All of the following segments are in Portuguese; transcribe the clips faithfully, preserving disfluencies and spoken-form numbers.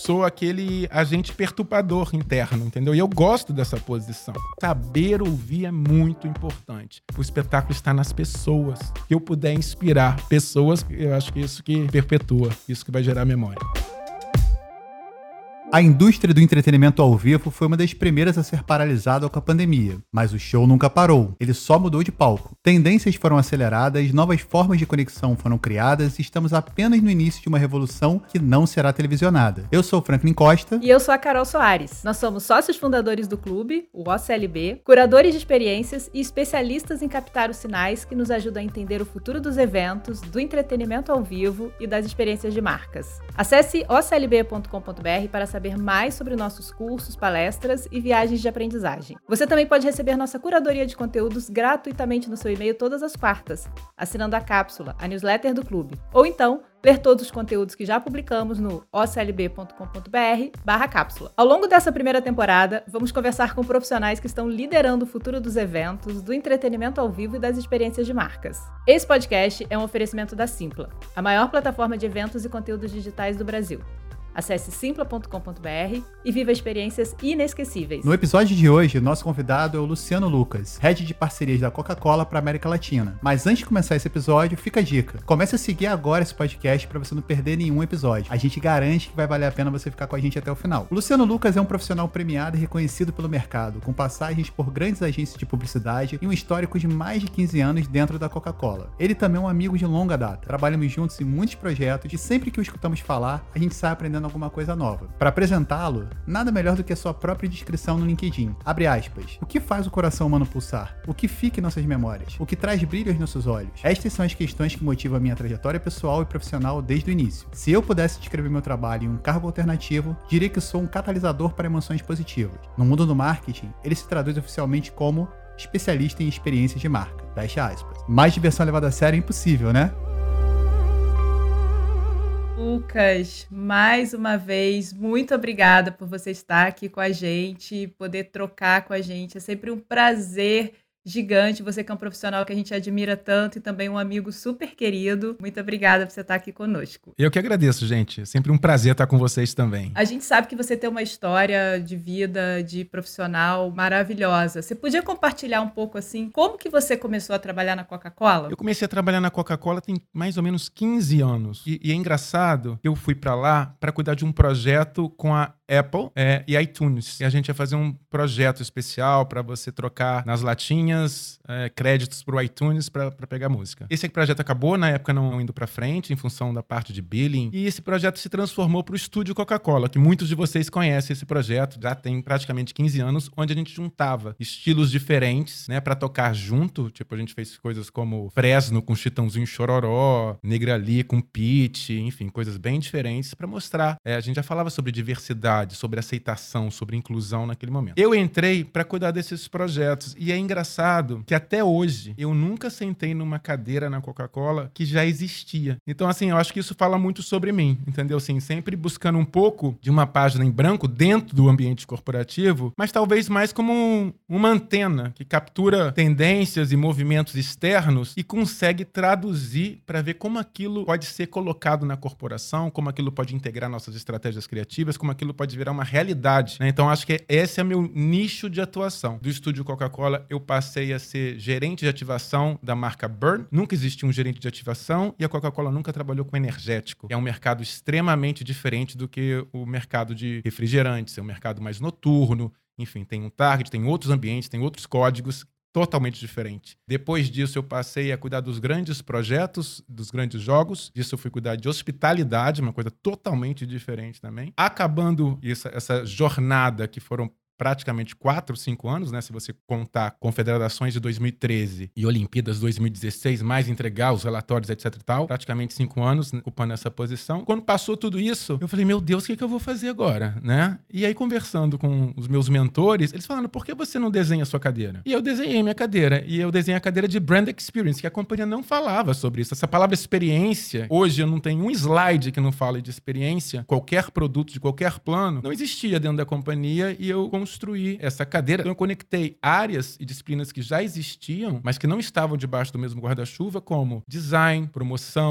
sou aquele agente perturbador interno, entendeu? E eu gosto dessa posição. Saber ouvir é muito importante. O espetáculo está nas pessoas. Se eu puder inspirar pessoas, eu acho que isso que perpetua, isso que vai gerar memória. A indústria do entretenimento ao vivo foi uma das primeiras a ser paralisada com a pandemia, mas o show nunca parou, ele só mudou de palco. Tendências foram aceleradas, novas formas de conexão foram criadas e estamos apenas no início de uma revolução que não será televisionada. Eu sou o Franklin Costa. E eu sou a Carol Soares. Nós somos sócios fundadores do clube, o O C L B, curadores de experiências e especialistas em captar os sinais que nos ajudam a entender o futuro dos eventos, do entretenimento ao vivo e das experiências de marcas. Acesse o c l b ponto com ponto b r para saber mais sobre nossos cursos, palestras e viagens de aprendizagem. Você também pode receber nossa curadoria de conteúdos gratuitamente no seu e-mail todas as quartas, assinando a cápsula, a newsletter do clube. Ou então, ler todos os conteúdos que já publicamos no o c l b ponto com ponto b r barra cápsula. Ao longo dessa primeira temporada, vamos conversar com profissionais que estão liderando o futuro dos eventos, do entretenimento ao vivo e das experiências de marcas. Esse podcast é um oferecimento da Simpla, a maior plataforma de eventos e conteúdos digitais do Brasil. Acesse simpla ponto com ponto b r e viva experiências inesquecíveis. No episódio de hoje, nosso convidado é o Luciano Lucas, head de parcerias da Coca-Cola para a América Latina. Mas antes de começar esse episódio, fica a dica. Comece a seguir agora esse podcast para você não perder nenhum episódio. A gente garante que vai valer a pena você ficar com a gente até o final. O Luciano Lucas é um profissional premiado e reconhecido pelo mercado, com passagens por grandes agências de publicidade e um histórico de mais de quinze anos dentro da Coca-Cola. Ele também é um amigo de longa data. Trabalhamos juntos em muitos projetos e sempre que o escutamos falar, a gente sai aprendendo alguma coisa nova. Para apresentá-lo, nada melhor do que a sua própria descrição no LinkedIn. Abre aspas. O que faz o coração humano pulsar? O que fica em nossas memórias? O que traz brilho aos nossos olhos? Estas são as questões que motivam a minha trajetória pessoal e profissional desde o início. Se eu pudesse descrever meu trabalho em um cargo alternativo, diria que sou um catalisador para emoções positivas. No mundo do marketing, ele se traduz oficialmente como especialista em experiências de marca. Fecha aspas. Mais diversão levada a sério é impossível, né? Lucas, mais uma vez, muito obrigada por você estar aqui com a gente, poder trocar com a gente. É sempre um prazer gigante, você que é um profissional que a gente admira tanto e também um amigo super querido. Muito obrigada por você estar aqui conosco. Eu que agradeço, gente. É sempre um prazer estar com vocês também. A gente sabe que você tem uma história de vida, de profissional maravilhosa. Você podia compartilhar um pouco, assim, como que você começou a trabalhar na Coca-Cola? Eu comecei a trabalhar na Coca-Cola tem mais ou menos quinze anos. E, e é engraçado, eu fui pra lá para cuidar de um projeto com a Apple é, e iTunes. E a gente ia fazer um projeto especial para você trocar nas latinhas é, créditos pro iTunes para pegar música. Esse projeto acabou, na época não indo para frente, em função da parte de billing. E esse projeto se transformou pro Estúdio Coca-Cola, que muitos de vocês conhecem esse projeto, já tem praticamente quinze anos, onde a gente juntava estilos diferentes, né, para tocar junto. Tipo, a gente fez coisas como Fresno com Chitãozinho Chororó, Negrali com Pitty, enfim, coisas bem diferentes para mostrar. É, a gente já falava sobre diversidade, sobre aceitação, sobre inclusão naquele momento. Eu entrei para cuidar desses projetos e é engraçado que até hoje eu nunca sentei numa cadeira na Coca-Cola que já existia. Então, assim, eu acho que isso fala muito sobre mim, entendeu? Assim, sempre buscando um pouco de uma página em branco dentro do ambiente corporativo, mas talvez mais como um, uma antena que captura tendências e movimentos externos e consegue traduzir para ver como aquilo pode ser colocado na corporação, como aquilo pode integrar nossas estratégias criativas, como aquilo pode virar uma realidade, né? Então, acho que esse é meu nicho de atuação. Do Estúdio Coca-Cola, eu passei a ser gerente de ativação da marca Burn. Nunca existiu um gerente de ativação e a Coca-Cola nunca trabalhou com energético. É um mercado extremamente diferente do que o mercado de refrigerantes. É um mercado mais noturno. Enfim, tem um target, tem outros ambientes, tem outros códigos totalmente diferente. Depois disso, eu passei a cuidar dos grandes projetos, dos grandes jogos. Disso eu fui cuidar de hospitalidade, uma coisa totalmente diferente também. Acabando essa, essa jornada que foram praticamente quatro, cinco anos, né? Se você contar Confederações de dois mil e treze e Olimpíadas dois mil e dezesseis, mais entregar os relatórios, etc e tal. Praticamente cinco anos, né, ocupando essa posição. Quando passou tudo isso, eu falei, meu Deus, o que, que eu vou fazer agora, né? E aí, conversando com os meus mentores, eles falaram, por que você não desenha a sua cadeira? E eu desenhei minha cadeira. E eu desenhei a cadeira de Brand Experience, que a companhia não falava sobre isso. Essa palavra experiência, hoje eu não tenho um slide que não fale de experiência. Qualquer produto, de qualquer plano, não existia dentro da companhia e eu construir essa cadeira. Então, eu conectei áreas e disciplinas que já existiam, mas que não estavam debaixo do mesmo guarda-chuva, como design, promoção,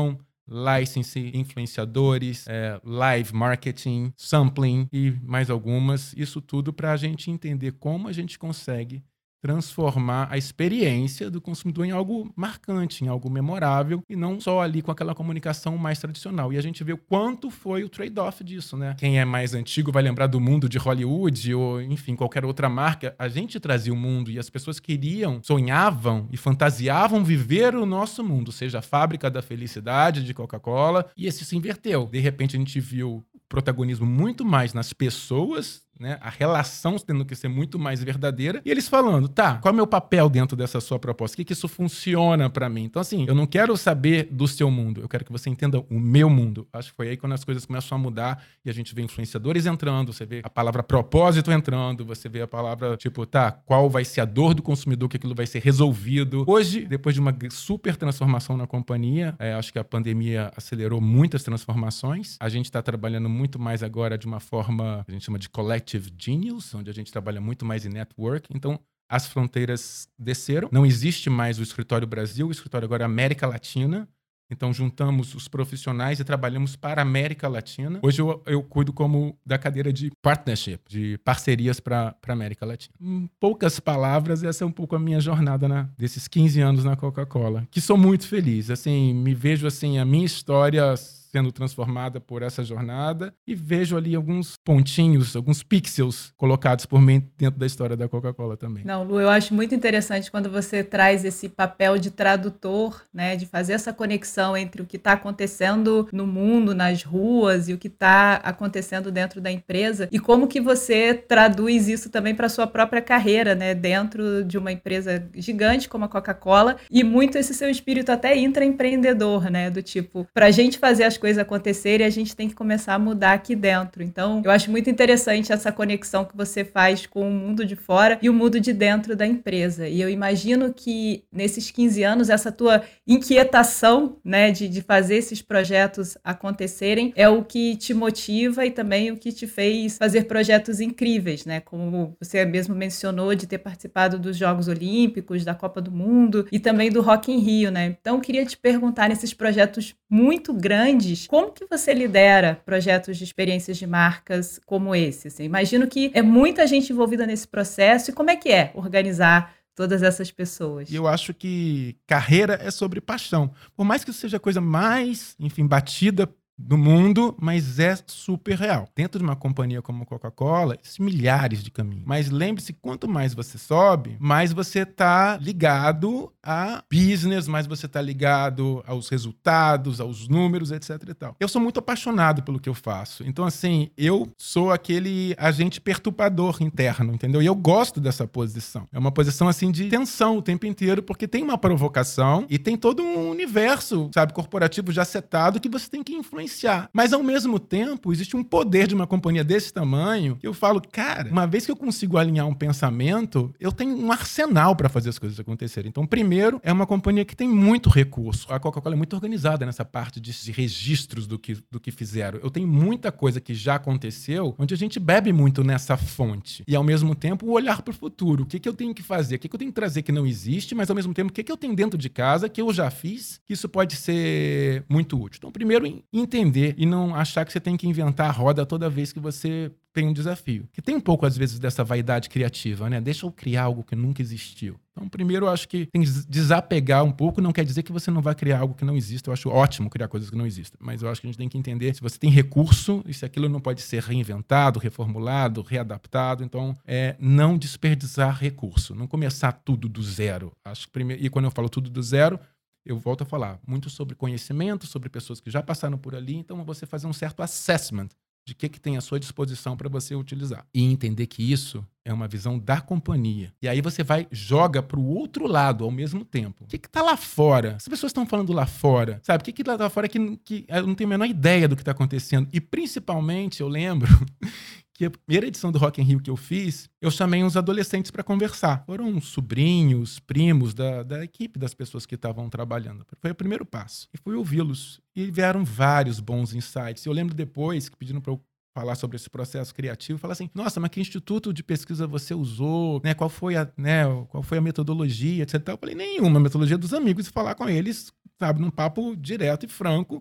license, influenciadores, é, live marketing, sampling e mais algumas. Isso tudo para a gente entender como a gente consegue transformar a experiência do consumidor em algo marcante, em algo memorável, e não só ali com aquela comunicação mais tradicional. E a gente vê o quanto foi o trade-off disso, né? Quem é mais antigo vai lembrar do mundo de Hollywood ou, enfim, qualquer outra marca. A gente trazia o mundo e as pessoas queriam, sonhavam e fantasiavam viver o nosso mundo, seja a fábrica da felicidade de Coca-Cola, e esse se inverteu. De repente a gente viu protagonismo muito mais nas pessoas, né? A relação tendo que ser muito mais verdadeira, e eles falando, tá, qual é o meu papel dentro dessa sua proposta? O que que isso funciona pra mim? Então, assim, eu não quero saber do seu mundo, eu quero que você entenda o meu mundo. Acho que foi aí quando as coisas começam a mudar e a gente vê influenciadores entrando, você vê a palavra propósito entrando, você vê a palavra, tipo, tá, qual vai ser a dor do consumidor, que aquilo vai ser resolvido. Hoje, depois de uma super transformação na companhia, é, acho que a pandemia acelerou muitas transformações, a gente tá trabalhando muito mais agora de uma forma, a gente chama de collective Genius, onde a gente trabalha muito mais em network. Então, as fronteiras desceram. Não existe mais o escritório Brasil, o escritório agora é América Latina. Então, juntamos os profissionais e trabalhamos para a América Latina. Hoje, eu, eu cuido como da cadeira de partnership, de parcerias para a América Latina. Em poucas palavras, essa é um pouco a minha jornada na, desses quinze anos na Coca-Cola, que sou muito feliz. Assim, me vejo assim, a minha história sendo transformada por essa jornada e vejo ali alguns pontinhos, alguns pixels colocados por mim dentro da história da Coca-Cola também. Não, Lu, eu acho muito interessante quando você traz esse papel de tradutor, né, de fazer essa conexão entre o que está acontecendo no mundo, nas ruas, e o que está acontecendo dentro da empresa, e como que você traduz isso também para a sua própria carreira, né, dentro de uma empresa gigante como a Coca-Cola, e muito esse seu espírito até intraempreendedor, né, do tipo, para a gente fazer as coisas acontecerem, a gente tem que começar a mudar aqui dentro. Então, eu acho muito interessante essa conexão que você faz com o mundo de fora e o mundo de dentro da empresa. E eu imagino que nesses quinze anos, essa tua inquietação, né, de, de fazer esses projetos acontecerem é o que te motiva e também o que te fez fazer projetos incríveis, né? Como você mesmo mencionou, de ter participado dos Jogos Olímpicos, da Copa do Mundo e também do Rock in Rio, né? Então, eu queria te perguntar, nesses projetos muito grandes, como que você lidera projetos de experiências de marcas como esse? Assim? Imagino que é muita gente envolvida nesse processo, e como é que é organizar todas essas pessoas? E eu acho que carreira é sobre paixão. Por mais que isso seja a coisa mais, enfim, batida do mundo, mas é super real. Dentro de uma companhia como a Coca-Cola, existem milhares de caminhos. Mas lembre-se, quanto mais você sobe, mais você está ligado a business, mais você está ligado aos resultados, aos números, etc e tal. Eu sou muito apaixonado pelo que eu faço. Então, assim, eu sou aquele agente perturbador interno, entendeu? E eu gosto dessa posição. É uma posição, assim, de tensão o tempo inteiro, porque tem uma provocação e tem todo um universo, sabe, corporativo já setado que você tem que influenciar. Mas, ao mesmo tempo, existe um poder de uma companhia desse tamanho que eu falo, cara, uma vez que eu consigo alinhar um pensamento, eu tenho um arsenal para fazer as coisas acontecerem. Então, primeiro, é uma companhia que tem muito recurso. A Coca-Cola é muito organizada nessa parte de, de registros do que, do que fizeram. Eu tenho muita coisa que já aconteceu, onde a gente bebe muito nessa fonte. E, ao mesmo tempo, o olhar para o futuro. O que, que eu tenho que fazer? O que, que eu tenho que trazer que não existe? Mas, ao mesmo tempo, o que, que eu tenho dentro de casa que eu já fiz, que isso pode ser muito útil? Então, primeiro, entender e não achar que você tem que inventar a roda toda vez que você tem um desafio. Que tem um pouco, às vezes, dessa vaidade criativa, né? Deixa eu criar algo que nunca existiu. Então, primeiro, eu acho que tem que desapegar um pouco. Não quer dizer que você não vai criar algo que não existe. Eu acho ótimo criar coisas que não existem. Mas eu acho que a gente tem que entender se você tem recurso e se aquilo não pode ser reinventado, reformulado, readaptado. Então, é não desperdiçar recurso. Não começar tudo do zero. Acho que primeiro, e quando eu falo tudo do zero, eu volto a falar muito sobre conhecimento, sobre pessoas que já passaram por ali. Então, você fazer um certo assessment de o que, que tem à sua disposição para você utilizar. E entender que isso é uma visão da companhia. E aí você vai, joga para o outro lado ao mesmo tempo. O que está lá fora? As pessoas estão falando lá fora, sabe? O que está lá fora que, que eu não tenho a menor ideia do que está acontecendo. E, principalmente, eu lembro que a primeira edição do Rock in Rio que eu fiz, eu chamei uns adolescentes para conversar. Foram sobrinhos, primos da, da equipe das pessoas que estavam trabalhando. Foi o primeiro passo. E fui ouvi-los. E vieram vários bons insights. Eu lembro depois que pediram para eu falar sobre esse processo criativo, falar assim, nossa, mas que instituto de pesquisa você usou, né? Qual foi a, né? Qual foi a metodologia, etcétera. Eu falei, nenhuma, a metodologia dos amigos, e falar com eles, sabe, num papo direto e franco,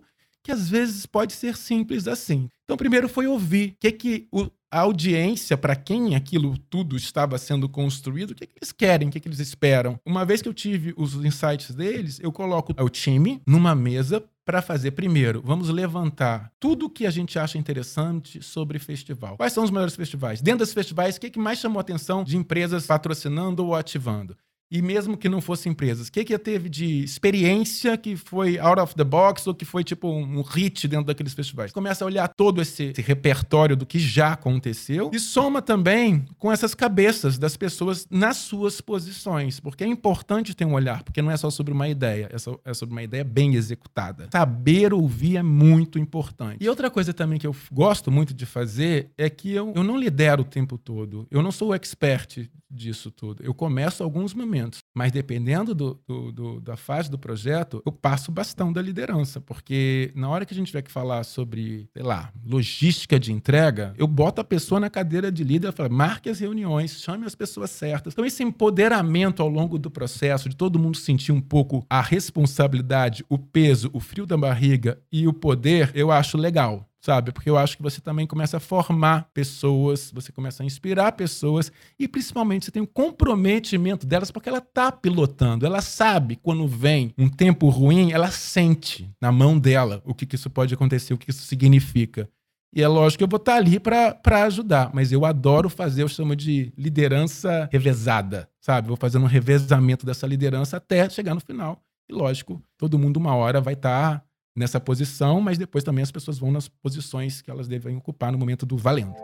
que às vezes pode ser simples assim. Então, primeiro foi ouvir o que, que o, a audiência, para quem aquilo tudo estava sendo construído, o que, que eles querem, o que, que eles esperam. Uma vez que eu tive os insights deles, eu coloco o time numa mesa para fazer, primeiro, vamos levantar tudo o que a gente acha interessante sobre festival. Quais são os melhores festivais? Dentro desses festivais, o que, que mais chamou a atenção de empresas patrocinando ou ativando? E mesmo que não fossem empresas, o que, que teve de experiência que foi out of the box ou que foi tipo um hit dentro daqueles festivais? Começa a olhar todo esse, esse repertório do que já aconteceu e soma também com essas cabeças das pessoas nas suas posições, porque é importante ter um olhar, porque não é só sobre uma ideia, é, só, é sobre uma ideia bem executada. Saber ouvir é muito importante. E outra coisa também que eu gosto muito de fazer é que eu, eu não lidero o tempo todo, eu não sou o expert disso tudo. Eu começo alguns momentos, mas dependendo do, do, do, da fase do projeto, eu passo o bastão da liderança, porque na hora que a gente tiver que falar sobre, sei lá, logística de entrega, eu boto a pessoa na cadeira de líder e falo, marque as reuniões, chame as pessoas certas. Então esse empoderamento ao longo do processo, de todo mundo sentir um pouco a responsabilidade, o peso, o frio da barriga e o poder, eu acho legal. Sabe? Porque eu acho que você também começa a formar pessoas, você começa a inspirar pessoas e, principalmente, você tem um comprometimento delas porque ela está pilotando. Ela sabe quando vem um tempo ruim, ela sente na mão dela o que, que isso pode acontecer, o que isso significa. E é lógico que eu vou estar ali para ajudar, mas eu adoro fazer, eu chamo de liderança revezada, sabe? Vou fazendo um revezamento dessa liderança até chegar no final. E, lógico, todo mundo uma hora vai estar nessa posição, mas depois também as pessoas vão nas posições que elas devem ocupar no momento do valendo.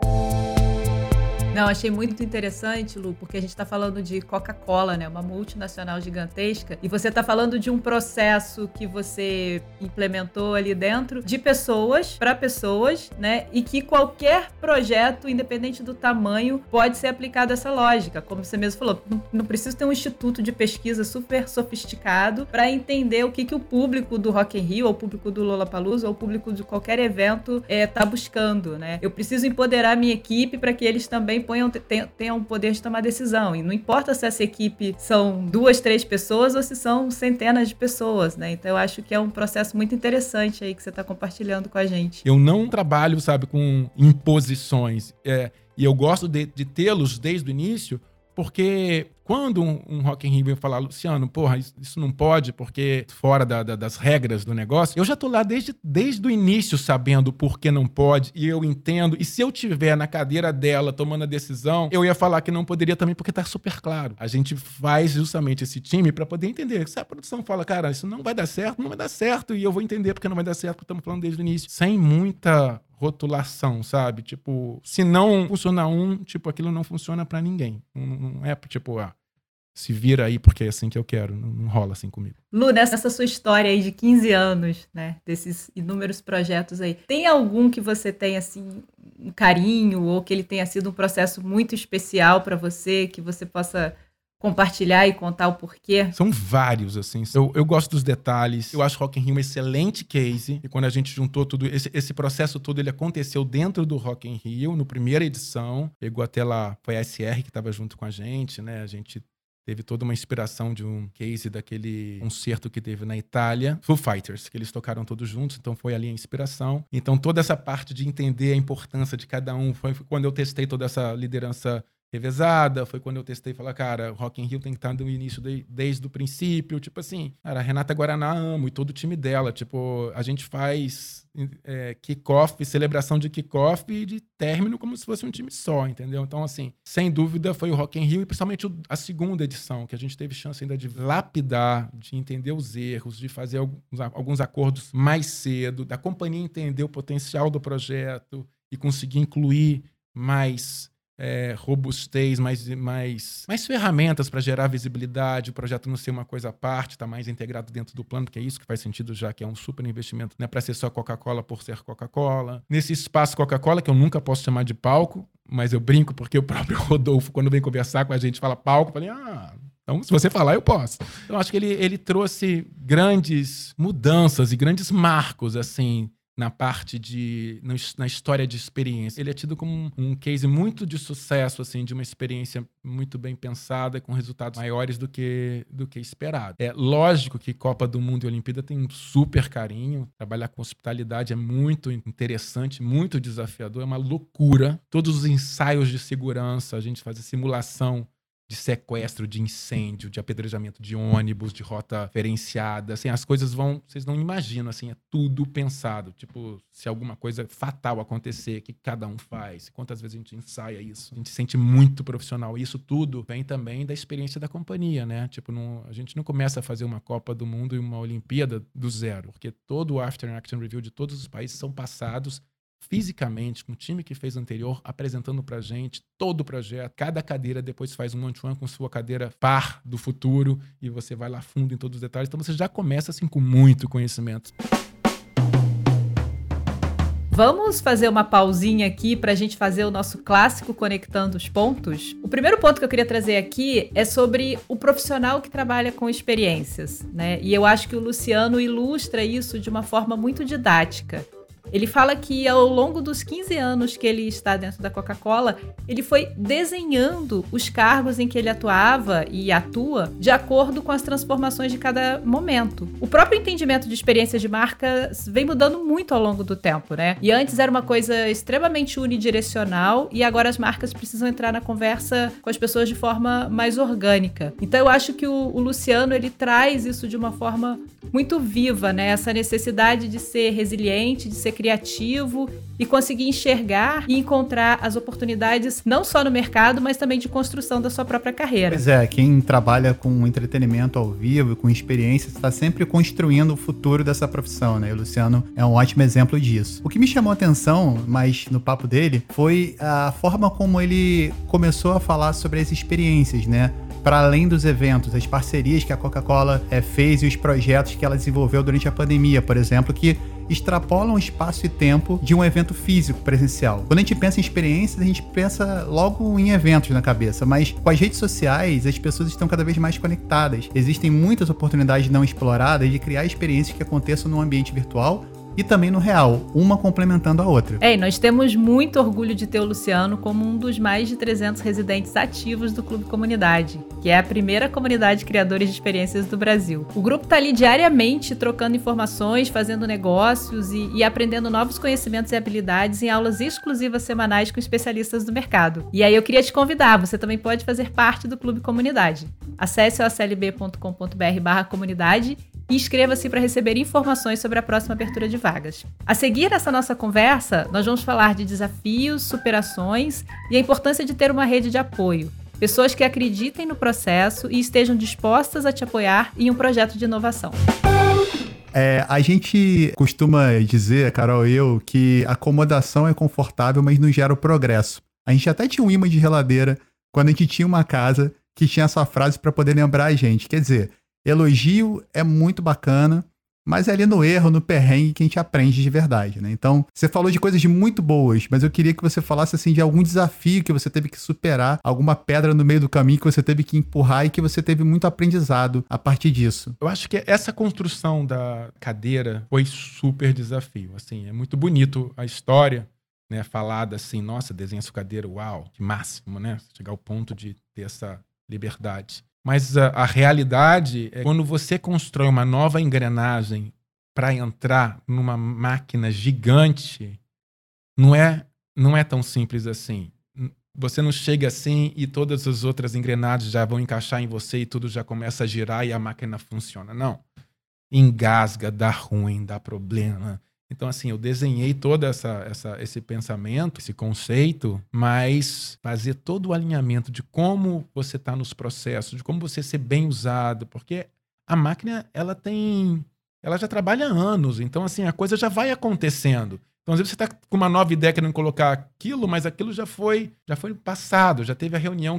Não, achei muito interessante, Lu, porque a gente está falando de Coca-Cola, né? Uma multinacional gigantesca, e você está falando de um processo que você implementou ali dentro de pessoas para pessoas, né? E que qualquer projeto, independente do tamanho, pode ser aplicado essa lógica. Como você mesmo falou, não, não precisa ter um instituto de pesquisa super sofisticado para entender o que, que o público do Rock in Rio, ou o público do Lollapalooza, ou o público de qualquer evento está é, buscando, né? Eu preciso empoderar a minha equipe para que eles também Ponham, tenham o poder de tomar decisão. E não importa se essa equipe são duas, três pessoas ou se são centenas de pessoas, né? Então eu acho que é um processo muito interessante aí que você está compartilhando com a gente. Eu não trabalho, sabe, com imposições. É, e eu gosto de, de tê-los desde o início, porque quando um, um Rock in Rio vem falar, Luciano, porra, isso, isso não pode porque fora da, da, das regras do negócio, eu já tô lá desde, desde o início sabendo por que não pode e eu entendo. E se eu tiver na cadeira dela tomando a decisão, eu ia falar que não poderia também porque tá super claro. A gente faz justamente esse time para poder entender. Se a produção fala, cara, isso não vai dar certo, não vai dar certo e eu vou entender porque não vai dar certo, porque estamos falando desde o início. Sem muita rotulação, sabe? Tipo, se não funciona um, tipo, aquilo não funciona pra ninguém. Não, não é tipo, ah, se vira aí porque é assim que eu quero. Não, não rola assim comigo. Lu, nessa sua história aí de quinze anos, né? Desses inúmeros projetos aí, tem algum que você tenha, assim, um carinho ou que ele tenha sido um processo muito especial pra você, que você possa compartilhar e contar o porquê? São vários, assim. Eu, eu gosto dos detalhes. Eu acho Rock in Rio um excelente case. E quando a gente juntou tudo, esse, esse processo todo, ele aconteceu dentro do Rock in Rio, no primeira edição. Pegou até lá, foi a S R que estava junto com a gente, né? A gente teve toda uma inspiração de um case daquele concerto que teve na Itália, Foo Fighters, que eles tocaram todos juntos, então foi ali a inspiração. Então toda essa parte de entender a importância de cada um, foi quando eu testei toda essa liderança revezada, foi quando eu testei e falei, cara, Rock in Rio tem que estar no início de, desde o princípio, tipo assim, cara, a Renata Guaraná amo e todo o time dela, tipo, a gente faz é, kick-off, celebração de kick-off e de término como se fosse um time só, entendeu? Então, assim, sem dúvida foi o Rock in Rio e principalmente o, a segunda edição, que a gente teve chance ainda de lapidar, de entender os erros, de fazer alguns, alguns acordos mais cedo, da companhia entender o potencial do projeto e conseguir incluir mais É, robustez, mais, mais, mais ferramentas para gerar visibilidade, o projeto não ser uma coisa à parte, tá mais integrado dentro do plano, que é isso que faz sentido já, que é um super investimento, não é para ser só Coca-Cola por ser Coca-Cola. Nesse espaço Coca-Cola, que eu nunca posso chamar de palco, mas eu brinco porque o próprio Rodolfo, quando vem conversar com a gente, fala palco, eu falei, ah, então se você falar, eu posso. Então acho que ele, ele trouxe grandes mudanças e grandes marcos, assim, na parte de... na história de experiência. Ele é tido como um, um case muito de sucesso, assim, de uma experiência muito bem pensada, com resultados maiores do que, do que esperado. É lógico que Copa do Mundo e Olimpíada tem um super carinho. Trabalhar com hospitalidade é muito interessante, muito desafiador, é uma loucura. Todos os ensaios de segurança, a gente faz a simulação de sequestro, de incêndio, de apedrejamento de ônibus, de rota diferenciada, assim, as coisas vão, vocês não imaginam, assim, é tudo pensado, tipo, se alguma coisa fatal acontecer, o que cada um faz, quantas vezes a gente ensaia isso, a gente se sente muito profissional, e isso tudo vem também da experiência da companhia, né, tipo, não, a gente não começa a fazer uma Copa do Mundo e uma Olimpíada do zero, porque todo o After Action Review de todos os países são passados fisicamente, com o time que fez anterior, apresentando pra gente todo o projeto. Cada cadeira depois faz um one-to-one com sua cadeira par do futuro e você vai lá fundo em todos os detalhes. Então você já começa assim com muito conhecimento. Vamos fazer uma pausinha aqui para a gente fazer o nosso clássico Conectando os Pontos? O primeiro ponto que eu queria trazer aqui é sobre o profissional que trabalha com experiências, né? E eu acho que o Luciano ilustra isso de uma forma muito didática. Ele fala que ao longo dos quinze anos que ele está dentro da Coca-Cola, ele foi desenhando os cargos em que ele atuava e atua de acordo com as transformações de cada momento. O próprio entendimento de experiências de marca vem mudando muito ao longo do tempo, né? E antes era uma coisa extremamente unidirecional e agora as marcas precisam entrar na conversa com as pessoas de forma mais orgânica. Então eu acho que o, o Luciano, ele traz isso de uma forma muito viva, né? Essa necessidade de ser resiliente, de ser criativo e conseguir enxergar e encontrar as oportunidades não só no mercado, mas também de construção da sua própria carreira. Pois é, quem trabalha com entretenimento ao vivo, com experiências, está sempre construindo o futuro dessa profissão, né? E o Luciano é um ótimo exemplo disso. O que me chamou a atenção, mas no papo dele, foi a forma como ele começou a falar sobre as experiências, né? Para além dos eventos, as parcerias que a Coca-Cola é, fez e os projetos que ela desenvolveu durante a pandemia, por exemplo, que extrapolam o espaço e tempo de um evento físico presencial. Quando a gente pensa em experiências, a gente pensa logo em eventos na cabeça, mas com as redes sociais, as pessoas estão cada vez mais conectadas. Existem muitas oportunidades não exploradas de criar experiências que aconteçam no ambiente virtual e também no real, uma complementando a outra. É, e nós temos muito orgulho de ter o Luciano como um dos mais de trezentos residentes ativos do Clube Comunidade, que é a primeira comunidade de criadores de experiências do Brasil. O grupo está ali diariamente trocando informações, fazendo negócios e, e aprendendo novos conhecimentos e habilidades em aulas exclusivas semanais com especialistas do mercado. E aí eu queria te convidar, você também pode fazer parte do Clube Comunidade. Acesse o oclb.com.br barra comunidade e inscreva-se para receber informações sobre a próxima abertura de vagas. A seguir essa nossa conversa, nós vamos falar de desafios, superações e a importância de ter uma rede de apoio. Pessoas que acreditem no processo e estejam dispostas a te apoiar em um projeto de inovação. É, a gente costuma dizer, Carol e eu, que a acomodação é confortável, mas não gera o progresso. A gente até tinha um imã de geladeira quando a gente tinha uma casa que tinha essa frase para poder lembrar a gente. Quer dizer, elogio é muito bacana, mas é ali no erro, no perrengue que a gente aprende de verdade, né? Então, você falou de coisas muito boas, mas eu queria que você falasse, assim, de algum desafio que você teve que superar, alguma pedra no meio do caminho que você teve que empurrar e que você teve muito aprendizado a partir disso. Eu acho que essa construção da cadeira foi super desafio, assim, é muito bonito a história, né, falada assim, nossa, desenha sua cadeira, uau, que máximo, né? Chegar ao ponto de ter essa liberdade. Mas a, a realidade é quando você constrói uma nova engrenagem para entrar numa máquina gigante, não é, não é tão simples assim. Você não chega assim e todas as outras engrenagens já vão encaixar em você e tudo já começa a girar e a máquina funciona. Não. Engasga, dá ruim, dá problema. Então, assim, eu desenhei todo essa, essa, esse pensamento, esse conceito, mas fazer todo o alinhamento de como você está nos processos, de como você ser bem usado, porque a máquina, ela tem... ela já trabalha há anos, então, assim, a coisa já vai acontecendo. Então, às vezes você está com uma nova ideia querendo colocar aquilo, mas aquilo já foi, já foi passado, já teve a reunião que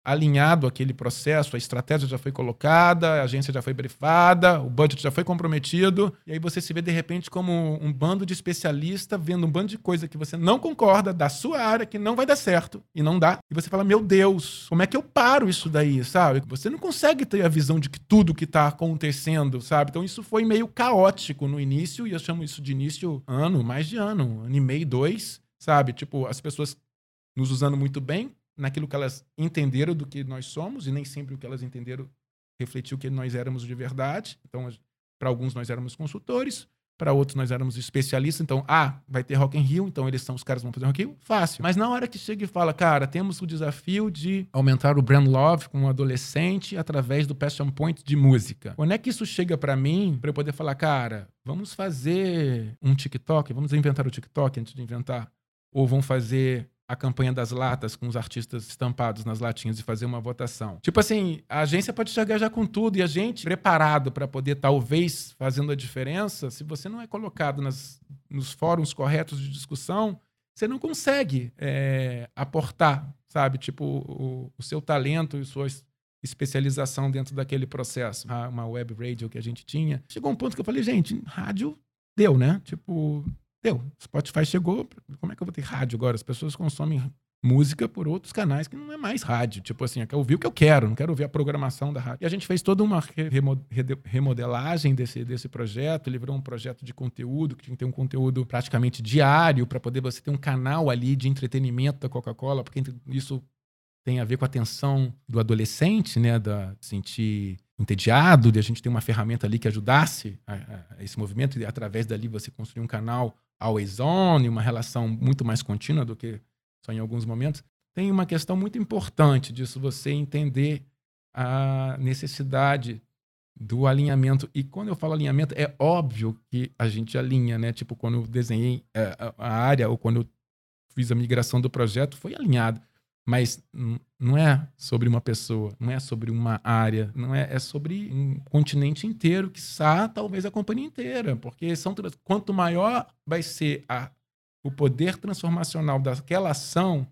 alinhado aquele processo, a estratégia já foi colocada, a agência já foi brifada, o budget já foi comprometido, e aí você se vê de repente como um bando de especialista vendo um bando de coisa que você não concorda da sua área, que não vai dar certo, e não dá. E você fala, meu Deus, como é que eu paro isso daí, sabe? Você não consegue ter a visão de que tudo que tá acontecendo, sabe? Então isso foi meio caótico no início, e eu chamo isso de início ano, mais de ano, ano e meio, dois, sabe? Tipo, as pessoas nos usando muito bem, naquilo que elas entenderam do que nós somos, e nem sempre o que elas entenderam refletiu o que nós éramos de verdade. Então, para alguns nós éramos consultores, para outros nós éramos especialistas. Então, ah, vai ter Rock in Rio, então eles são os caras que vão fazer Rock in Rio? Fácil. Mas na hora que chega e fala, cara, temos o desafio de aumentar o brand love com um adolescente através do passion point de música. Quando é que isso chega para mim, para eu poder falar, cara, vamos fazer um TikTok, vamos inventar o TikTok antes de inventar, ou vamos fazer a campanha das latas com os artistas estampados nas latinhas e fazer uma votação. Tipo assim, a agência pode chegar já com tudo e a gente preparado para poder talvez fazendo a diferença, se você não é colocado nas, nos fóruns corretos de discussão, você não consegue é, aportar, sabe? Tipo, o, o seu talento e sua especialização dentro daquele processo. Uma web radio que a gente tinha. Chegou um ponto que eu falei, gente, rádio deu, né? Tipo... Deu. Spotify chegou, como é que eu vou ter rádio agora? As pessoas consomem música por outros canais que não é mais rádio. Tipo assim, eu quero ouvir o que eu quero, não quero ouvir a programação da rádio. E a gente fez toda uma remodelagem desse, desse projeto, ele virou um projeto de conteúdo, que tinha que ter um conteúdo praticamente diário, para poder você ter um canal ali de entretenimento da Coca-Cola, porque isso tem a ver com a atenção do adolescente, né, da sentir entediado, de a gente ter uma ferramenta ali que ajudasse a, a esse movimento, e através dali você construir um canal always on, uma relação muito mais contínua do que só em alguns momentos. Tem uma questão muito importante disso, você entender a necessidade do alinhamento. E quando eu falo alinhamento, é óbvio que a gente alinha, né? Tipo, quando eu desenhei a, a área ou quando eu fiz a migração do projeto, foi alinhado. Mas não é sobre uma pessoa, não é sobre uma área, não é, é sobre um continente inteiro, quiçá talvez a companhia inteira, porque são, quanto maior vai ser a, o poder transformacional daquela ação,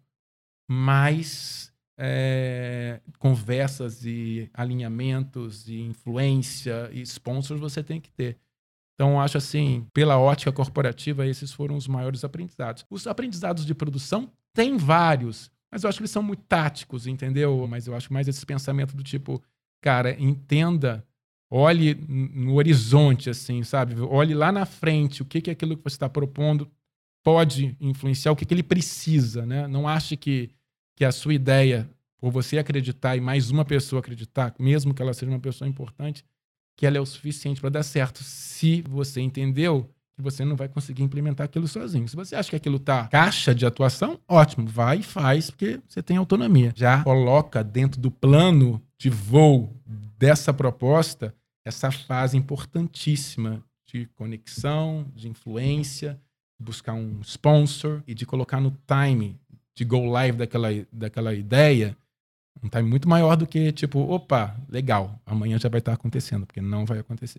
mais é, conversas e alinhamentos e influência e sponsors você tem que ter. Então, acho assim, pela ótica corporativa, esses foram os maiores aprendizados. Os aprendizados de produção tem vários, mas eu acho que eles são muito táticos, entendeu? Mas eu acho mais esse pensamento do tipo, cara, entenda, olhe no horizonte, assim, sabe? Olhe lá na frente, o que, que é aquilo que você está propondo pode influenciar, o que, que ele precisa, né? Não ache que, que a sua ideia, por você acreditar e mais uma pessoa acreditar, mesmo que ela seja uma pessoa importante, que ela é o suficiente para dar certo. Se você entendeu que você não vai conseguir implementar aquilo sozinho. Se você acha que aquilo tá caixa de atuação, ótimo, vai e faz, porque você tem autonomia. Já coloca dentro do plano de voo dessa proposta essa fase importantíssima de conexão, de influência, buscar um sponsor e de colocar no time de go live daquela, daquela ideia um time muito maior do que tipo, opa, legal, amanhã já vai estar acontecendo, porque não vai acontecer.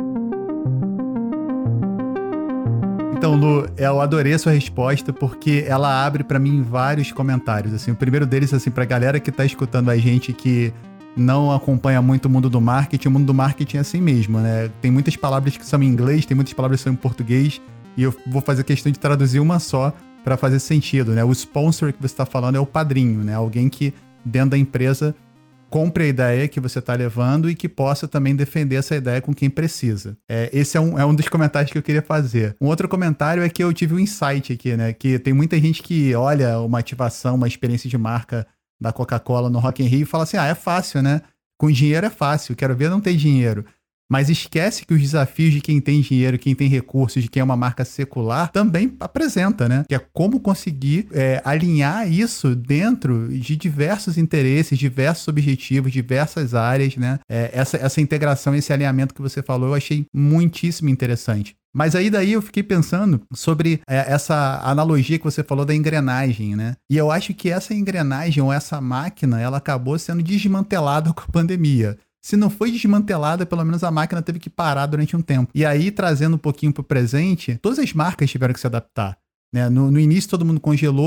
Então, Lu, eu adorei a sua resposta porque ela abre pra mim vários comentários. Assim, o primeiro deles, assim, pra galera que tá escutando a gente que não acompanha muito o mundo do marketing, o mundo do marketing é assim mesmo, né? Tem muitas palavras que são em inglês, tem muitas palavras que são em português, e eu vou fazer questão de traduzir uma só pra fazer sentido, né? O sponsor que você tá falando é o padrinho, né? Alguém que, dentro da empresa, compre a ideia que você está levando e que possa também defender essa ideia com quem precisa. É, esse é um, é um dos comentários que eu queria fazer. Um outro comentário é que eu tive um insight aqui, né? Que tem muita gente que olha uma ativação, uma experiência de marca da Coca-Cola no Rock in Rio e fala assim, ah, é fácil, né? Com dinheiro é fácil, quero ver não ter dinheiro. Mas esquece que os desafios de quem tem dinheiro, quem tem recursos, de quem é uma marca secular, também apresenta, né? Que é como conseguir é, alinhar isso dentro de diversos interesses, diversos objetivos, diversas áreas, né? É, essa, essa integração, esse alinhamento que você falou, eu achei muitíssimo interessante. Mas aí daí eu fiquei pensando sobre é, essa analogia que você falou da engrenagem, né? E eu acho que essa engrenagem ou essa máquina, ela acabou sendo desmantelada com a pandemia. Se não foi desmantelada, pelo menos a máquina teve que parar durante um tempo. E aí, trazendo um pouquinho para o presente, todas as marcas tiveram que se adaptar, né? No, no início, todo mundo congelou,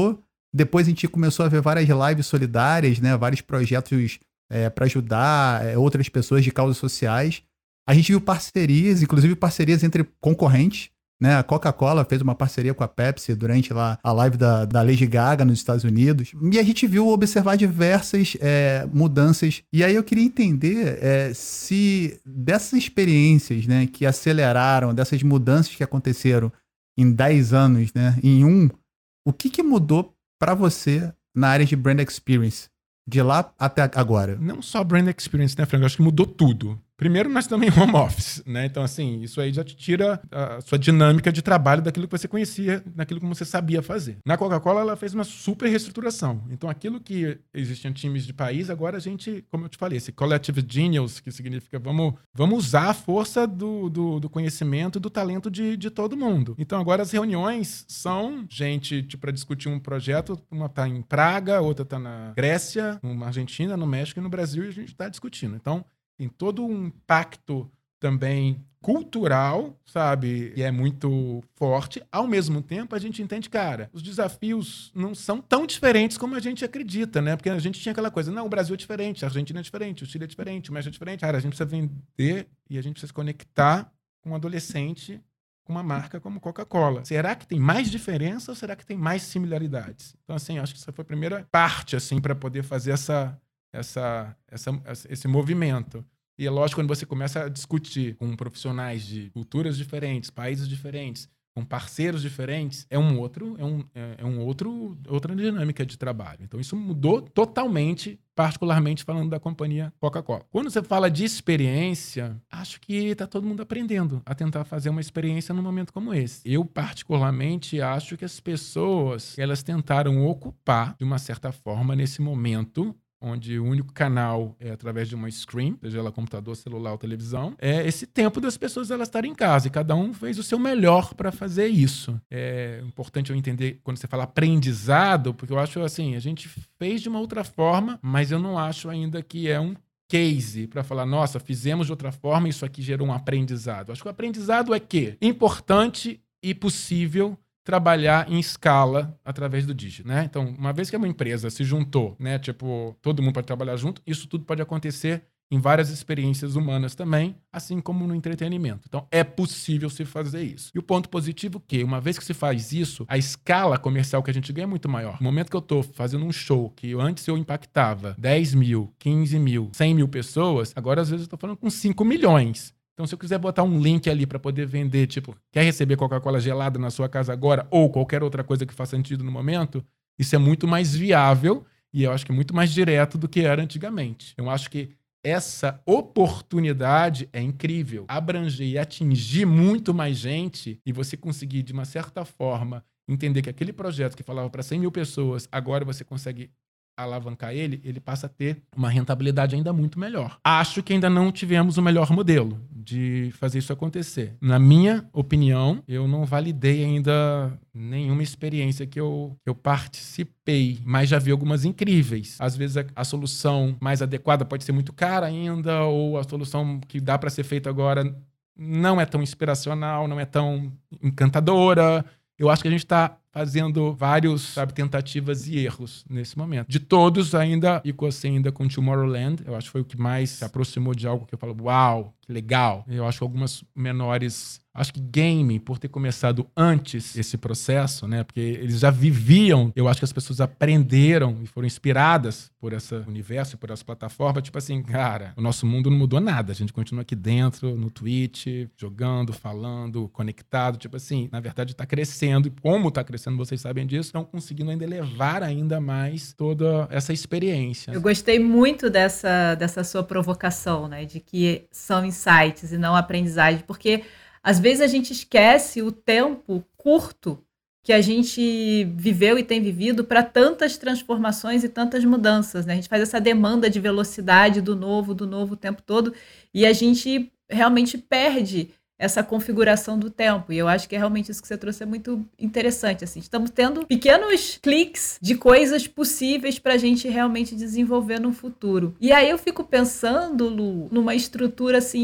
Depois a gente começou a ver várias lives solidárias, né? Vários projetos é, para ajudar é, outras pessoas de causas sociais. A gente viu parcerias, inclusive parcerias entre concorrentes, né? A Coca-Cola fez uma parceria com a Pepsi durante lá a live da, da Lady Gaga nos Estados Unidos. E a gente viu observar diversas é, mudanças. E aí eu queria entender é, se dessas experiências, né, que aceleraram, dessas mudanças que aconteceram em dez anos, né, em um, o que, que mudou para você na área de Brand Experience, de lá até agora? Não só Brand Experience, né, Frank? Eu acho que mudou tudo. Primeiro, nós também home office, né? Então, assim, isso aí já te tira a sua dinâmica de trabalho daquilo que você conhecia, daquilo que você sabia fazer. Na Coca-Cola, ela fez uma super reestruturação. Então, aquilo que existiam times de país, agora a gente, como eu te falei, esse collective genius, que significa vamos, vamos usar a força do, do, do conhecimento e do talento de, de todo mundo. Então, agora as reuniões são gente tipo, para discutir um projeto, uma tá em Praga, outra tá na Grécia, na Argentina, no México e no Brasil, e a gente está discutindo. Então, tem todo um impacto também cultural, sabe? E é muito forte. Ao mesmo tempo, a gente entende, cara, os desafios não são tão diferentes como a gente acredita, né? Porque a gente tinha aquela coisa, não, o Brasil é diferente, a Argentina é diferente, o Chile é diferente, o México é diferente. Cara, a gente precisa vender e a gente precisa se conectar com um adolescente com uma marca como Coca-Cola. Será que tem mais diferença ou será que tem mais similaridades? Então, assim, acho que essa foi a primeira parte, assim, para poder fazer essa... Essa, essa, esse movimento. E é lógico, quando você começa a discutir com profissionais de culturas diferentes, países diferentes, com parceiros diferentes, é um outro, é um, é um outro, outra dinâmica de trabalho. Então isso mudou totalmente, particularmente falando da companhia Coca-Cola. Quando você fala de experiência, acho que está todo mundo aprendendo a tentar fazer uma experiência num momento como esse. Eu, particularmente, acho que as pessoas, elas tentaram ocupar, de uma certa forma, nesse momento, onde o único canal é através de uma screen, seja ela computador, celular ou televisão, é esse tempo das pessoas elas estarem em casa, e cada um fez o seu melhor para fazer isso. É importante eu entender quando você fala aprendizado, porque eu acho assim, a gente fez de uma outra forma, mas eu não acho ainda que é um case para falar, nossa, fizemos de outra forma e isso aqui gerou um aprendizado. Acho que o aprendizado é que importante e possível trabalhar em escala através do dígito, né? Então, uma vez que uma empresa se juntou, né? Tipo, todo mundo pode trabalhar junto, isso tudo pode acontecer em várias experiências humanas também, assim como no entretenimento. Então, é possível se fazer isso. E o ponto positivo é que, uma vez que se faz isso, a escala comercial que a gente ganha é muito maior. No momento que eu tô fazendo um show que antes eu impactava dez mil, quinze mil, cem mil pessoas, agora às vezes eu tô falando com cinco milhões. Então, se eu quiser botar um link ali para poder vender, tipo, quer receber Coca-Cola gelada na sua casa agora ou qualquer outra coisa que faça sentido no momento, isso é muito mais viável e eu acho que muito mais direto do que era antigamente. Eu acho que essa oportunidade é incrível. Abranger e atingir muito mais gente e você conseguir, de uma certa forma, entender que aquele projeto que falava para cem mil pessoas, agora você consegue alavancar ele, ele passa a ter uma rentabilidade ainda muito melhor. Acho que ainda não tivemos o melhor modelo de fazer isso acontecer. Na minha opinião, eu não validei ainda nenhuma experiência que eu, eu participei, mas já vi algumas incríveis. Às vezes a, a solução mais adequada pode ser muito cara ainda, ou a solução que dá para ser feita agora não é tão inspiracional, não é tão encantadora. Eu acho que a gente está fazendo vários, sabe, tentativas e erros nesse momento. De todos, ainda ficou assim, ainda com Tomorrowland. Eu acho que foi o que mais se aproximou de algo que eu falo, uau, que legal. Eu acho que algumas menores... Acho que game, por ter começado antes esse processo, né? Porque eles já viviam, eu acho que as pessoas aprenderam e foram inspiradas por esse universo, por essa plataforma. Tipo assim, cara, o nosso mundo não mudou nada. A gente continua aqui dentro, no Twitch, jogando, falando, conectado. Tipo assim, na verdade tá crescendo. E como tá crescendo, vocês sabem disso, estão conseguindo ainda elevar ainda mais toda essa experiência. Eu gostei muito dessa, dessa sua provocação, né? De que são insights e não aprendizagem, porque às vezes a gente esquece o tempo curto que a gente viveu e tem vivido para tantas transformações e tantas mudanças, né? A gente faz essa demanda de velocidade do novo, do novo o tempo todo, e a gente realmente perde essa configuração do tempo. E eu acho que é realmente isso que você trouxe é muito interessante. Assim. Estamos tendo pequenos cliques de coisas possíveis para a gente realmente desenvolver no futuro. E aí eu fico pensando, Lu, numa estrutura assim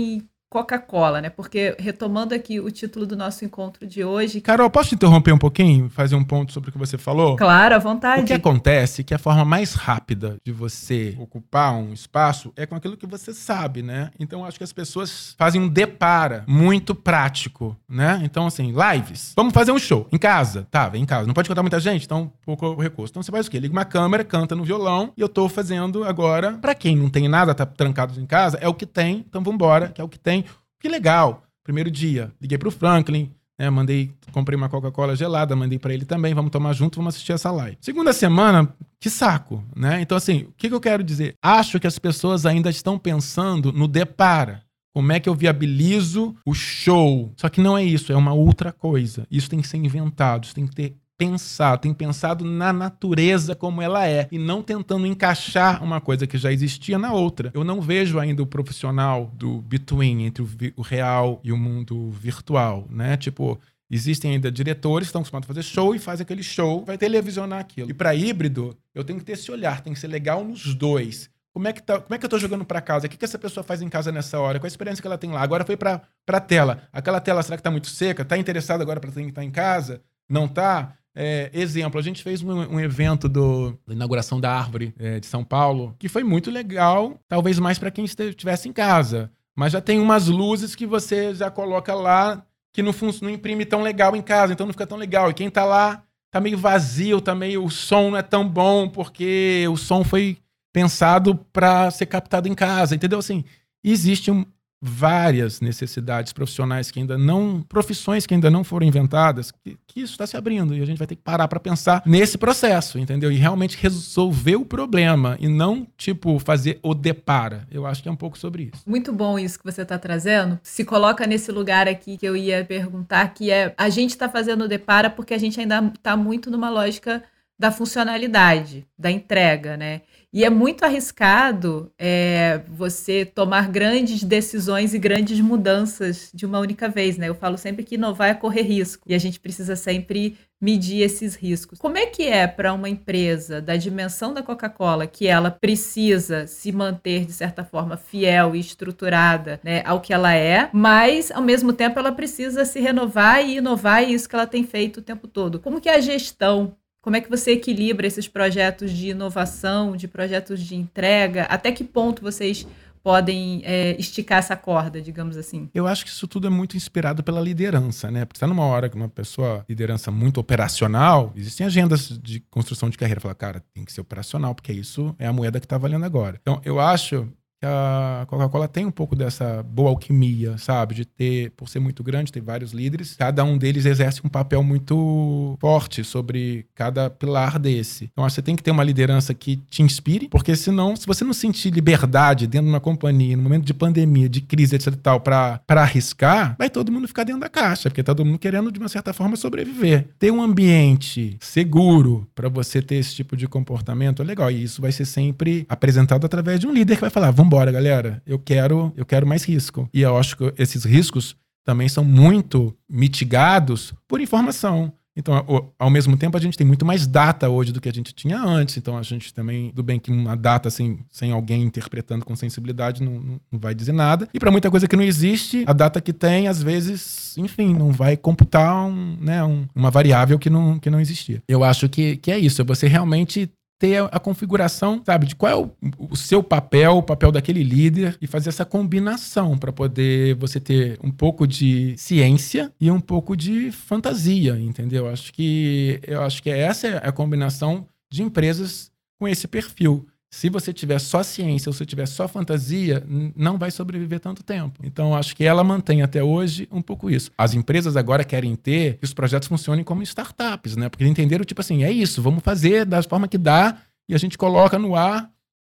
Coca-Cola, né? Porque, retomando aqui o título do nosso encontro de hoje... Carol, posso te interromper um pouquinho? Fazer um ponto sobre o que você falou? Claro, à vontade. O que acontece é que a forma mais rápida de você ocupar um espaço é com aquilo que você sabe, né? Então, acho que as pessoas fazem um depara muito prático, né? Então, assim, lives. Vamos fazer um show em casa. Tá, vem em casa. Não pode contar muita gente, então pouco recurso. Então, você faz o quê? Liga uma câmera, canta no violão e eu tô fazendo agora, pra quem não tem nada, tá trancado em casa, é o que tem, então vambora, que é o que tem. Que legal. Primeiro dia, liguei pro Franklin, né, mandei, comprei uma Coca-Cola gelada, mandei pra ele também, vamos tomar junto, vamos assistir essa live. Segunda semana, que saco, né? Então, assim, o que, que eu quero dizer? Acho que as pessoas ainda estão pensando no depara. Como é que eu viabilizo o show? Só que não é isso, é uma outra coisa. Isso tem que ser inventado, isso tem que ter pensado, tem pensado na natureza como ela é e não tentando encaixar uma coisa que já existia na outra. Eu não vejo ainda o profissional do between, entre o, o real e o mundo virtual, né? Tipo, existem ainda diretores que estão acostumados a fazer show e faz aquele show, vai televisionar aquilo. E para híbrido, eu tenho que ter esse olhar, tem que ser legal nos dois. Como é que, tá, como é que eu tô jogando para casa? O que, que essa pessoa faz em casa nessa hora? Qual a experiência que ela tem lá? Agora foi para a tela. Aquela tela, será que tá muito seca? Tá interessado agora para quem tá em casa? Não tá? É, exemplo, a gente fez um, um evento do, da inauguração da árvore é, de São Paulo, que foi muito legal, talvez mais para quem estivesse em casa. Mas já tem umas luzes que você já coloca lá que não, não imprime tão legal em casa, então não fica tão legal. E quem tá lá tá meio vazio, tá meio, o som não é tão bom, porque o som foi pensado para ser captado em casa, entendeu? Assim, existe um... várias necessidades profissionais que ainda não, profissões que ainda não foram inventadas, que, que isso está se abrindo e a gente vai ter que parar para pensar nesse processo, entendeu? E realmente resolver o problema e não, tipo, fazer o depara. Eu acho que é um pouco sobre isso. Muito bom isso que você está trazendo. Se coloca nesse lugar aqui que eu ia perguntar, que é, a gente está fazendo o depara porque a gente ainda está muito numa lógica da funcionalidade, da entrega, né? E é muito arriscado é, você tomar grandes decisões e grandes mudanças de uma única vez, né? Eu falo sempre que inovar é correr risco e a gente precisa sempre medir esses riscos. Como é que é para uma empresa da dimensão da Coca-Cola, que ela precisa se manter, de certa forma, fiel e estruturada, né, ao que ela é, mas, ao mesmo tempo, ela precisa se renovar e inovar, e isso que ela tem feito o tempo todo. Como que é a gestão? Como é que você equilibra esses projetos de inovação, de projetos de entrega? Até que ponto vocês podem é, esticar essa corda, digamos assim? Eu acho que isso tudo é muito inspirado pela liderança, né? Porque está numa hora que uma pessoa, liderança muito operacional, existem agendas de construção de carreira. Fala, cara, tem que ser operacional, porque isso é a moeda que está valendo agora. Então, eu acho que a Coca-Cola tem um pouco dessa boa alquimia, sabe? De ter, por ser muito grande, tem vários líderes. Cada um deles exerce um papel muito forte sobre cada pilar desse. Então, acho que você tem que ter uma liderança que te inspire, porque senão, se você não sentir liberdade dentro de uma companhia, no momento de pandemia, de crise, etc e tal, pra, pra arriscar, vai todo mundo ficar dentro da caixa, porque tá todo mundo querendo, de uma certa forma, sobreviver. Ter um ambiente seguro pra você ter esse tipo de comportamento é legal. E isso vai ser sempre apresentado através de um líder que vai falar, vamos embora, galera, eu quero, eu quero mais risco. E eu acho que esses riscos também são muito mitigados por informação. Então, ao, ao mesmo tempo, a gente tem muito mais data hoje do que a gente tinha antes. Então, a gente também, tudo bem que uma data assim, sem alguém interpretando com sensibilidade não, não vai dizer nada. E para muita coisa que não existe, a data que tem, às vezes, enfim, não vai computar um, né, um, uma variável que não, que não existia. Eu acho que, que é isso, é você realmente ter a configuração, sabe, de qual é o, o seu papel, o papel daquele líder e fazer essa combinação para poder você ter um pouco de ciência e um pouco de fantasia, entendeu? Acho que, eu acho que essa é a combinação de empresas com esse perfil. Se você tiver só ciência ou se tiver só fantasia, não vai sobreviver tanto tempo. Então, acho que ela mantém até hoje um pouco isso. As empresas agora querem ter que os projetos funcionem como startups, né? Porque entenderam, tipo assim, é isso, vamos fazer da forma que dá e a gente coloca no ar,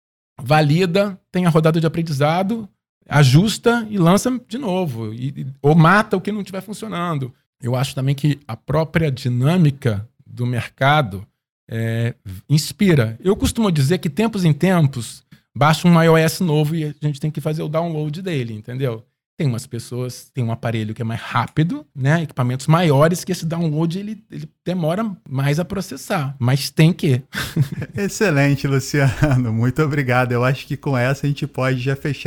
valida, tem a rodada de aprendizado, ajusta e lança de novo. E, ou mata o que não estiver funcionando. Eu acho também que a própria dinâmica do mercado É, inspira. Eu costumo dizer que tempos em tempos baixa um iOS novo e a gente tem que fazer o download dele, entendeu? Tem umas pessoas, tem um aparelho que é mais rápido, né? Equipamentos maiores que esse download ele, ele demora mais a processar, mas tem que. Excelente, Luciano. Muito obrigado. Eu acho que com essa a gente pode já fechar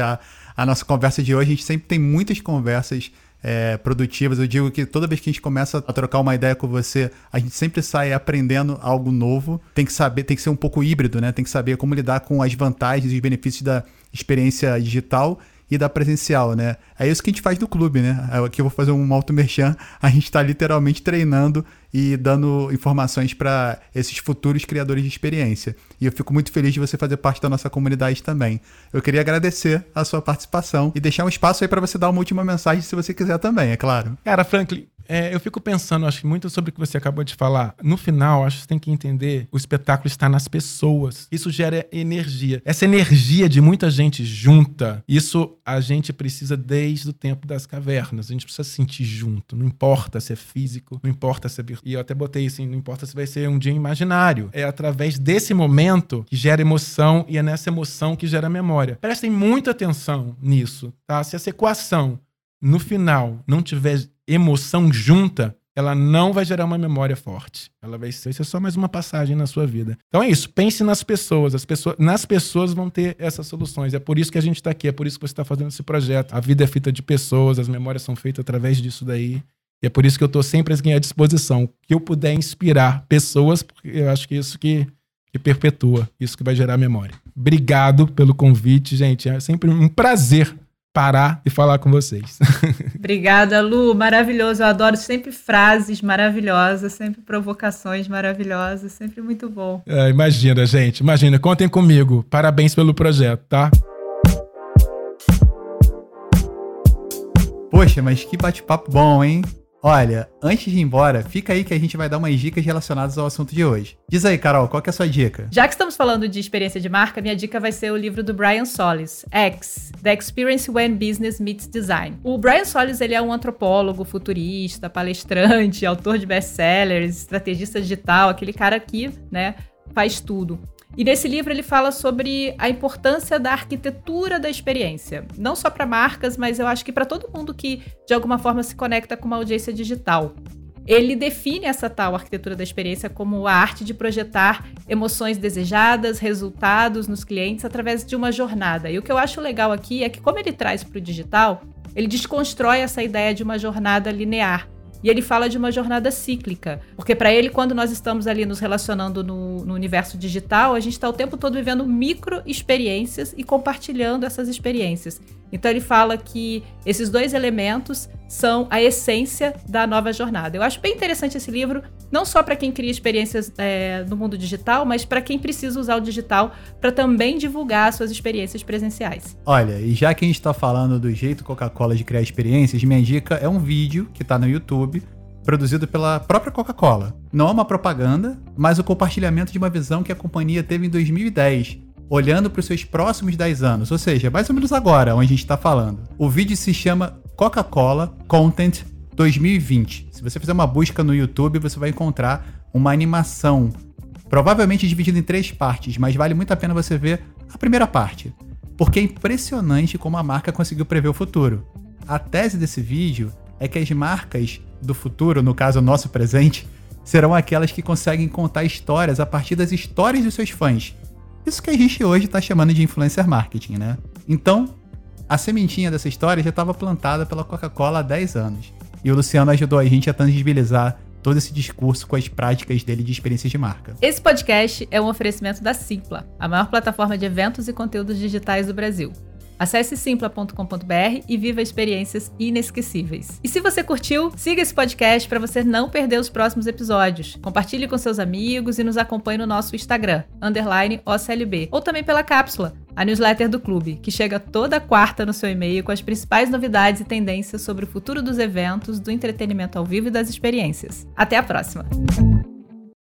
a nossa conversa de hoje. A gente sempre tem muitas conversas é, produtivas. Eu digo que toda vez que a gente começa a trocar uma ideia com você, a gente sempre sai aprendendo algo novo. Tem que saber, tem que ser um pouco híbrido, né? Tem que saber como lidar com as vantagens e os benefícios da experiência digital e da presencial, né? É isso que a gente faz no clube, né? Aqui eu vou fazer um auto-merchan. A gente está literalmente treinando e dando informações para esses futuros criadores de experiência. E eu fico muito feliz de você fazer parte da nossa comunidade também. Eu queria agradecer a sua participação e deixar um espaço aí para você dar uma última mensagem, se você quiser também, é claro. Cara, Franklin, é, eu fico pensando, acho que muito sobre o que você acabou de falar. No final, acho que você tem que entender, o espetáculo está nas pessoas. Isso gera energia. Essa energia de muita gente junta, isso a gente precisa desde o tempo das cavernas. A gente precisa sentir junto. Não importa se é físico, não importa se é virtual. E eu até botei assim, não importa se vai ser um dia imaginário. É através desse momento que gera emoção e é nessa emoção que gera memória. Prestem muita atenção nisso, tá? Se essa equação, no final, não tiver emoção junta, ela não vai gerar uma memória forte. Ela vai ser, vai ser só mais uma passagem na sua vida. Então é isso, pense nas pessoas. As pessoas, nas pessoas vão ter essas soluções. É por isso que a gente está aqui, é por isso que você está fazendo esse projeto. A vida é feita de pessoas, as memórias são feitas através disso daí. E é por isso que eu estou sempre à disposição. Que eu puder inspirar pessoas, porque eu acho que isso que, que perpetua, isso que vai gerar memória. Obrigado pelo convite, gente. É sempre um prazer parar e falar com vocês. Obrigada, Lu. Maravilhoso. Eu adoro sempre frases maravilhosas, sempre provocações maravilhosas, sempre muito bom. É, imagina, gente. Imagina. Contem comigo. Parabéns pelo projeto, tá? Poxa, mas que bate-papo bom, hein? Olha, antes de ir embora, fica aí que a gente vai dar umas dicas relacionadas ao assunto de hoje. Diz aí, Carol, qual que é a sua dica? Já que estamos falando de experiência de marca, minha dica vai ser o livro do Brian Solis, X, The Experience When Business Meets Design. O Brian Solis, ele é um antropólogo, futurista, palestrante, autor de best-sellers, estrategista digital, aquele cara que, né, faz tudo. E nesse livro ele fala sobre a importância da arquitetura da experiência. Não só para marcas, mas eu acho que para todo mundo que de alguma forma se conecta com uma audiência digital. Ele define essa tal arquitetura da experiência como a arte de projetar emoções desejadas, resultados nos clientes através de uma jornada. E o que eu acho legal aqui é que, como ele traz para o digital, ele desconstrói essa ideia de uma jornada linear. E ele fala de uma jornada cíclica, porque para ele, quando nós estamos ali nos relacionando no, no universo digital, a gente está o tempo todo vivendo micro-experiências e compartilhando essas experiências. Então ele fala que esses dois elementos são a essência da nova jornada. Eu acho bem interessante esse livro, não só para quem cria experiências é, no mundo digital, mas para quem precisa usar o digital para também divulgar suas experiências presenciais. Olha, e já que a gente está falando do jeito Coca-Cola de criar experiências, minha dica é um vídeo que está no YouTube, produzido pela própria Coca-Cola. Não é uma propaganda, mas o compartilhamento de uma visão que a companhia teve em dois mil e dez, olhando para os seus próximos dez anos, ou seja, mais ou menos agora, onde a gente está falando. O vídeo se chama Coca-Cola Content dois mil e vinte. Se você fizer uma busca no YouTube, você vai encontrar uma animação, provavelmente dividida em três partes, mas vale muito a pena você ver a primeira parte, porque é impressionante como a marca conseguiu prever o futuro. A tese desse vídeo é que as marcas do futuro, no caso o nosso presente, serão aquelas que conseguem contar histórias a partir das histórias dos seus fãs. Isso que a gente hoje está chamando de influencer marketing, né? Então, a sementinha dessa história já estava plantada pela Coca-Cola há dez anos. E o Luciano ajudou a gente a tangibilizar todo esse discurso com as práticas dele de experiências de marca. Esse podcast é um oferecimento da Simpla, a maior plataforma de eventos e conteúdos digitais do Brasil. Acesse simpla ponto com ponto b r e viva experiências inesquecíveis. E se você curtiu, siga esse podcast para você não perder os próximos episódios. Compartilhe com seus amigos e nos acompanhe no nosso Instagram, underline O C L B, ou também pela Cápsula, a newsletter do clube, que chega toda quarta no seu e-mail com as principais novidades e tendências sobre o futuro dos eventos, do entretenimento ao vivo e das experiências. Até a próxima!